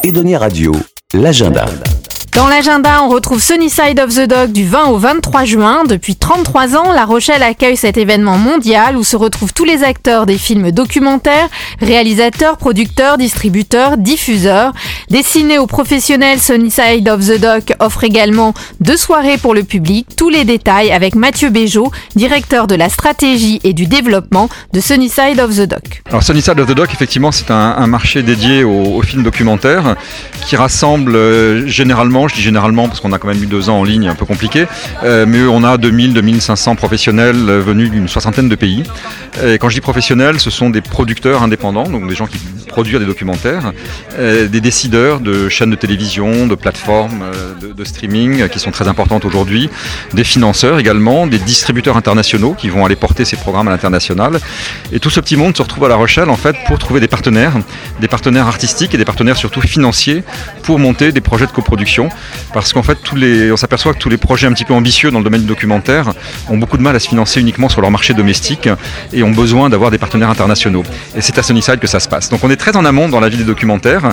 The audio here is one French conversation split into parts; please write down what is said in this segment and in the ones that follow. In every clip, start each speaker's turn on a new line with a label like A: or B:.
A: Edonia Radio, l'agenda.
B: Dans l'agenda, on retrouve Sunnyside of the Dock du 20 au 23 juin. Depuis 33 ans, La Rochelle accueille cet événement mondial où se retrouvent tous les acteurs des films documentaires, réalisateurs, producteurs, distributeurs, diffuseurs. Destiné aux professionnels, Sunnyside of the Dock offre également 2 soirées pour le public. Tous les détails avec Mathieu Béjot, directeur de la stratégie et du développement de Sunnyside of the Dock.
C: Alors Sunnyside of the Dock, effectivement, c'est un marché dédié aux films documentaires qui rassemble généralement, je dis généralement parce qu'on a quand même eu 2 ans en ligne un peu compliqué, mais on a 2000-2500 professionnels venus d'une 60aine de pays. Et quand je dis professionnels, ce sont des producteurs indépendants, donc des gens qui produisent des documentaires, des décideurs de chaînes de télévision, de plateformes de streaming qui sont très importantes aujourd'hui, des financeurs également, des distributeurs internationaux qui vont aller porter ces programmes à l'international. Et tout ce petit monde se retrouve à La Rochelle en fait pour trouver des partenaires artistiques et des partenaires surtout financiers pour monter des projets de coproduction. Parce qu'en fait, on s'aperçoit que tous les projets un petit peu ambitieux dans le domaine du documentaire ont beaucoup de mal à se financer uniquement sur leur marché domestique et ont besoin d'avoir des partenaires internationaux. Et c'est à Sunnyside que ça se passe. Donc on est très en amont dans la vie des documentaires.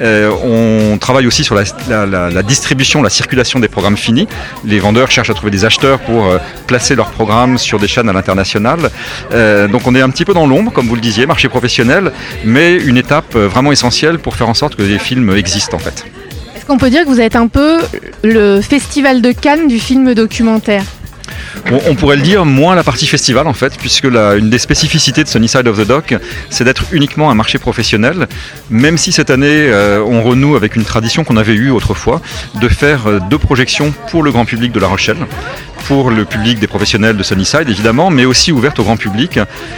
C: On travaille aussi sur la distribution, la circulation des programmes finis. Les vendeurs cherchent à trouver des acheteurs pour placer leurs programmes sur des chaînes à l'international. Donc on est un petit peu dans l'ombre, comme vous le disiez, marché professionnel, mais une étape vraiment essentielle pour faire en sorte que les films existent en fait.
B: Est-ce qu'on peut dire que vous êtes un peu le festival de Cannes du film documentaire ?
C: On pourrait le dire, moins la partie festival en fait, puisque une des spécificités de Sunnyside of the Dock, c'est d'être uniquement un marché professionnel, même si cette année on renoue avec une tradition qu'on avait eue autrefois, de faire 2 projections pour le grand public de La Rochelle, pour le public des professionnels de Sunnyside évidemment, mais aussi ouverte au grand public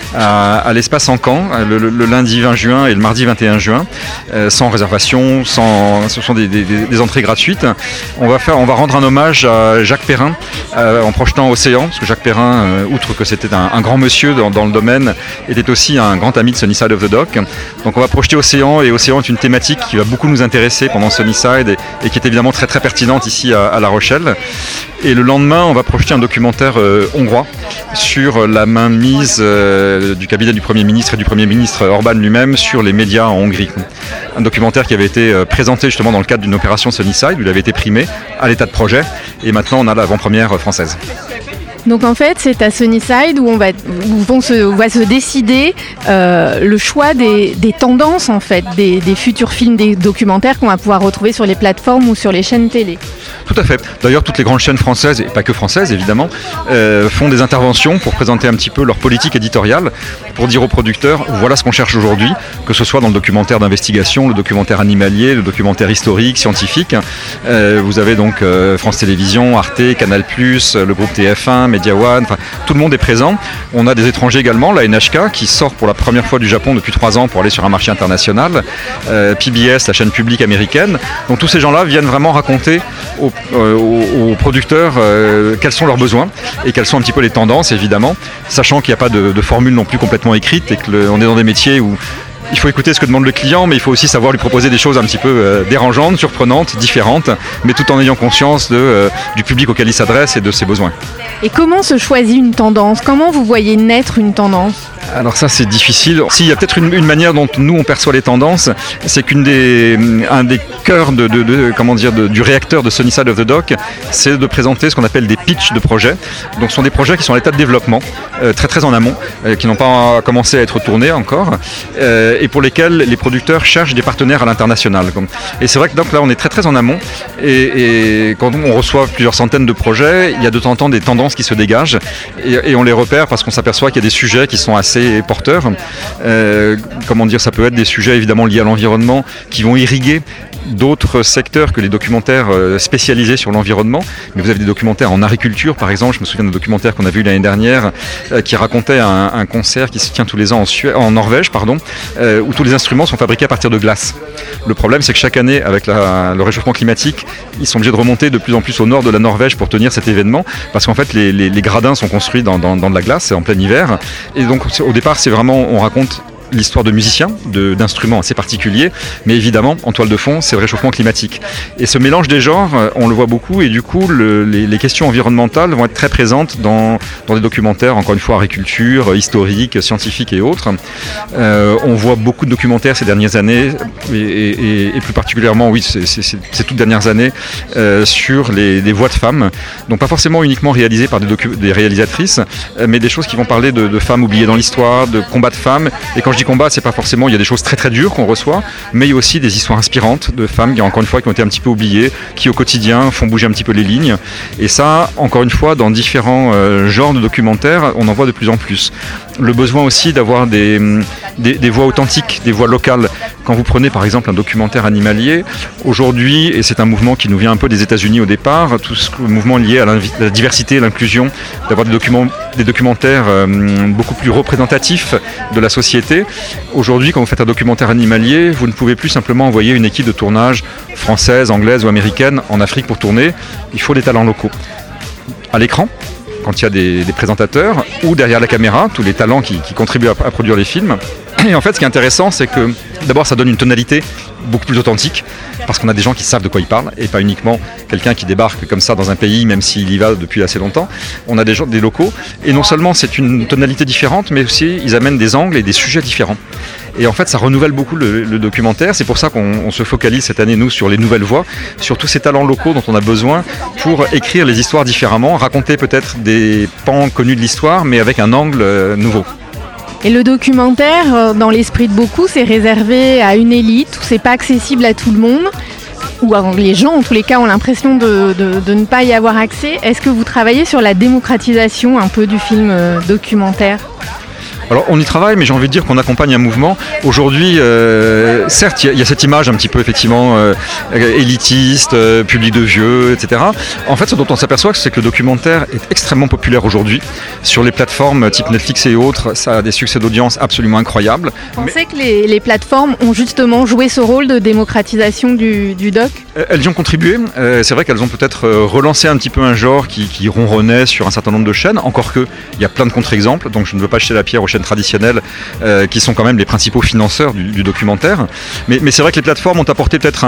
C: à l'espace Encan, le lundi 20 juin et le mardi 21 juin, sans réservation, ce sont des entrées gratuites. On va rendre un hommage à Jacques Perrin en projetant Océan, parce que Jacques Perrin, outre que c'était un grand monsieur dans le domaine, était aussi un grand ami de Sunnyside of the Dock. Donc on va projeter Océan, et Océan est une thématique qui va beaucoup nous intéresser pendant Sunnyside et qui est évidemment très très pertinente ici à La Rochelle. Et le lendemain, on va projeter un documentaire hongrois sur la mainmise du cabinet du Premier ministre et du Premier ministre Orban lui-même sur les médias en Hongrie. Un documentaire qui avait été présenté justement dans le cadre d'une opération Sunnyside, où il avait été primé à l'état de projet, et maintenant on a l'avant-première française.
B: Donc en fait, c'est à Sunnyside où on va se décider le choix des tendances en fait, des futurs films, des documentaires qu'on va pouvoir retrouver sur les plateformes ou sur les chaînes télé.
C: Tout à fait. D'ailleurs, toutes les grandes chaînes françaises, et pas que françaises évidemment, font des interventions pour présenter un petit peu leur politique éditoriale, pour dire aux producteurs, voilà ce qu'on cherche aujourd'hui, que ce soit dans le documentaire d'investigation, le documentaire animalier, le documentaire historique, scientifique. Vous avez donc France Télévisions, Arte, Canal+, le groupe TF1, Media One, enfin, tout le monde est présent. On a des étrangers également, la NHK qui sort pour la première fois du Japon depuis 3 ans pour aller sur un marché international, PBS, la chaîne publique américaine. Donc tous ces gens-là viennent vraiment raconter aux producteurs quels sont leurs besoins et quelles sont un petit peu les tendances évidemment, sachant qu'il n'y a pas de formule non plus complètement écrite et qu'on est dans des métiers où il faut écouter ce que demande le client, mais il faut aussi savoir lui proposer des choses un petit peu dérangeantes, surprenantes, différentes, mais tout en ayant conscience du public auquel il s'adresse et de ses besoins.
B: Et comment se choisit une tendance ? Comment vous voyez naître une tendance ?
C: Alors ça c'est difficile. S'il y a peut-être une manière dont nous on perçoit les tendances, c'est un des cœurs du réacteur de Sunnyside of the Dock, c'est de présenter ce qu'on appelle des pitchs de projets. Donc ce sont des projets qui sont à l'état de développement, très très en amont, qui n'ont pas commencé à être tournés encore, et pour lesquels les producteurs cherchent des partenaires à l'international. Et c'est vrai que donc là on est très très en amont, et quand on reçoit plusieurs centaines de projets, il y a de temps en temps des tendances qui se dégagent, et on les repère parce qu'on s'aperçoit qu'il y a des sujets qui sont assez porteurs. Ça peut être des sujets évidemment liés à l'environnement qui vont irriguer d'autres secteurs que les documentaires spécialisés sur l'environnement, mais vous avez des documentaires en agriculture par exemple. Je me souviens d'un documentaire qu'on a vu l'année dernière qui racontait un concert qui se tient tous les ans en Norvège, où tous les instruments sont fabriqués à partir de glace. Le problème c'est que chaque année avec le réchauffement climatique, ils sont obligés de remonter de plus en plus au nord de la Norvège pour tenir cet événement, parce qu'en fait les gradins sont construits dans de la glace, c'est en plein hiver, et donc au départ c'est vraiment, on raconte l'histoire de musiciens, d'instruments assez particuliers, mais évidemment, en toile de fond, c'est le réchauffement climatique. Et ce mélange des genres, on le voit beaucoup, et du coup, les questions environnementales vont être très présentes dans des documentaires, encore une fois, agriculture, historique, scientifique et autres. On voit beaucoup de documentaires ces dernières années, et plus particulièrement, oui, ces toutes dernières années, sur les voix de femmes, donc pas forcément uniquement réalisées par des réalisatrices, mais des choses qui vont parler de femmes oubliées dans l'histoire, de combats de femmes. Et quand je dis combat, c'est pas forcément, il y a des choses très très dures qu'on reçoit, mais il y a aussi des histoires inspirantes de femmes qui, encore une fois, qui ont été un petit peu oubliées, qui au quotidien font bouger un petit peu les lignes. Et ça, encore une fois, dans différents genres de documentaires, on en voit de plus en plus. Le besoin aussi d'avoir des voix authentiques, des voix locales. Quand vous prenez par exemple un documentaire animalier, aujourd'hui, et c'est un mouvement qui nous vient un peu des États-Unis au départ, tout ce mouvement lié à la diversité et l'inclusion, d'avoir des documentaires beaucoup plus représentatifs de la société. Aujourd'hui, quand vous faites un documentaire animalier, vous ne pouvez plus simplement envoyer une équipe de tournage française, anglaise ou américaine en Afrique pour tourner. Il faut des talents locaux. À l'écran, quand il y a des présentateurs, ou derrière la caméra, tous les talents qui contribuent à produire les films. Et en fait, ce qui est intéressant, c'est que d'abord, ça donne une tonalité beaucoup plus authentique, parce qu'on a des gens qui savent de quoi ils parlent, et pas uniquement quelqu'un qui débarque comme ça dans un pays, même s'il y va depuis assez longtemps. On a des locaux, et non seulement c'est une tonalité différente, mais aussi ils amènent des angles et des sujets différents. Et en fait, ça renouvelle beaucoup le documentaire. C'est pour ça qu'on se focalise cette année, nous, sur les nouvelles voix, sur tous ces talents locaux dont on a besoin pour écrire les histoires différemment, raconter peut-être des pans connus de l'histoire, mais avec un angle nouveau.
B: Et le documentaire, dans l'esprit de beaucoup, c'est réservé à une élite, où c'est pas accessible à tout le monde, ou les gens, en tous les cas, ont l'impression de ne pas y avoir accès. Est-ce que vous travaillez sur la démocratisation un peu du film documentaire ?
C: Alors on y travaille, mais j'ai envie de dire qu'on accompagne un mouvement. Aujourd'hui, certes, il y a cette image un petit peu effectivement élitiste, public de vieux, etc. En fait, ce dont on s'aperçoit, c'est que le documentaire est extrêmement populaire aujourd'hui. Sur les plateformes type Netflix et autres, ça a des succès d'audience absolument incroyables.
B: Vous pensez que les plateformes ont justement joué ce rôle de démocratisation du doc ?
C: Elles y ont contribué. C'est vrai qu'elles ont peut-être relancé un petit peu un genre qui ronronnait sur un certain nombre de chaînes, encore que il y a plein de contre-exemples, donc je ne veux pas jeter la pierre aux chaînes traditionnelles qui sont quand même les principaux financeurs du documentaire. Mais c'est vrai que les plateformes ont apporté peut-être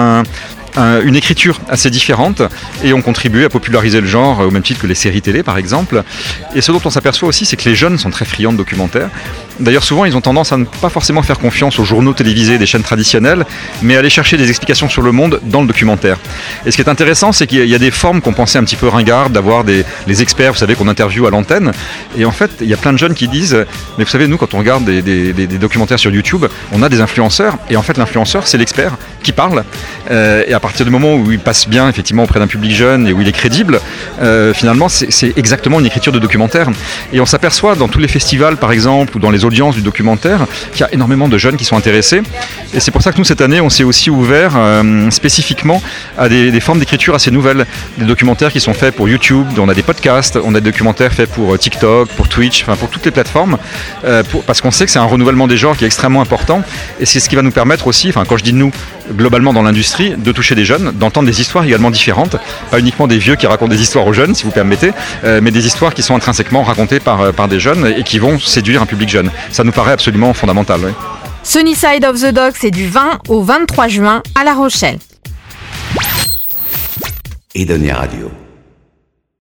C: une écriture assez différente et ont contribué à populariser le genre au même titre que les séries télé par exemple. Et ce dont on s'aperçoit aussi, c'est que les jeunes sont très friands de documentaires. D'ailleurs souvent ils ont tendance à ne pas forcément faire confiance aux journaux télévisés des chaînes traditionnelles, mais à aller chercher des explications sur le monde dans le documentaire. Et ce qui est intéressant, c'est qu'il y a des formes qu'on pensait un petit peu ringardes, d'avoir les experts, vous savez, qu'on interviewe à l'antenne. Et en fait, il y a plein de jeunes qui disent, mais vous savez, nous quand on regarde des documentaires sur YouTube, on a des influenceurs, et en fait l'influenceur c'est l'expert qui parle. Et à partir du moment où il passe bien effectivement auprès d'un public jeune et où il est crédible, finalement c'est exactement une écriture de documentaire. Et on s'aperçoit dans tous les festivals par exemple ou dans les audiences du documentaire qu'il y a énormément de jeunes qui sont intéressés. Et c'est pour ça que nous cette année on s'est aussi ouvert spécifiquement à des formes d'écriture assez nouvelles. Des documentaires qui sont faits pour YouTube, on a des podcasts, on a des documentaires faits pour TikTok, pour Twitch, enfin pour toutes les plateformes, parce qu'on sait que c'est un renouvellement des genres qui est extrêmement important. Et c'est ce qui va nous permettre aussi, enfin quand je dis nous, globalement dans l'industrie, de toucher des jeunes, d'entendre des histoires également différentes, pas uniquement des vieux qui racontent des histoires aux jeunes, si vous permettez, mais des histoires qui sont intrinsèquement racontées par des jeunes et qui vont séduire un public jeune. Ça nous paraît absolument fondamental. Oui.
B: Sunny Side of the Dog, c'est du 20 au 23 juin à La Rochelle.
A: Edonia Radio.